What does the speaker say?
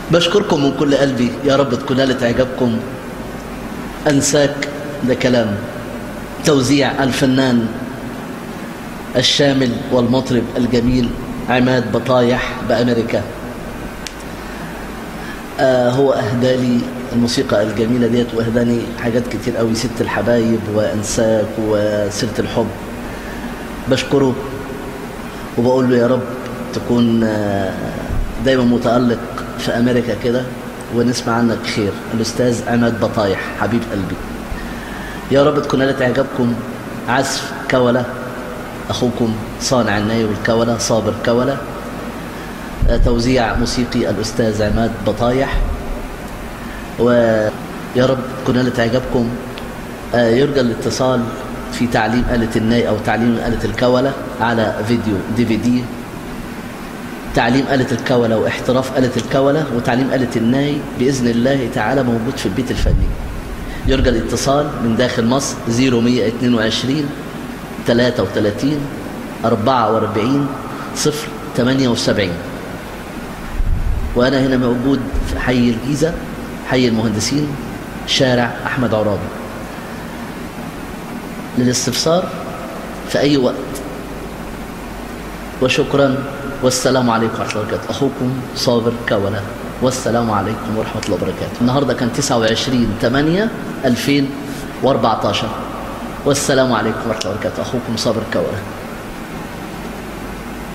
بشكركم من كل قلبي، يا رب تكون نالت إعجابكم. أنساك ده كلام، توزيع الفنان الشامل والمطرب الجميل عماد بطايح بأمريكا. هو أهدالي الموسيقى الجميلة ديت، وأهداني حاجات كتير قوي، ست الحبايب وأنساك وسيرة الحب. بشكره وبقول له يا رب تكون دايما متألق في أمريكا كده ونسمع عنك خير. الأستاذ عماد بطايح حبيب قلبي، يا رب تكون نالت إعجابكم. عزف كولة، أخوكم صانع الناي والكولة صابر كولة. توزيع موسيقي الأستاذ عماد بطايح. ويا رب تكون نالت إعجابكم. يرجى الاتصال في تعليم آلة الناي أو تعليم آلة الكولة على فيديو DVD. تعليم آلة الكولة واحتراف آلة الكولة وتعليم آلة الناي بإذن الله تعالى موجود في البيت الفني. يرجى الاتصال من داخل مصر 0122 33 44 078. وأنا هنا موجود في حي الجيزة، حي المهندسين، شارع أحمد عرابي، للاستفسار في أي وقت. وشكرا والسلام عليكم ورحمة الله وبركاته. أخوكم صابر كولة، والسلام عليكم ورحمة الله وبركاته. النهاردة كان 29/8/2014. والسلام عليكم ورحمة الله وبركاته. أخوكم صابر كولة.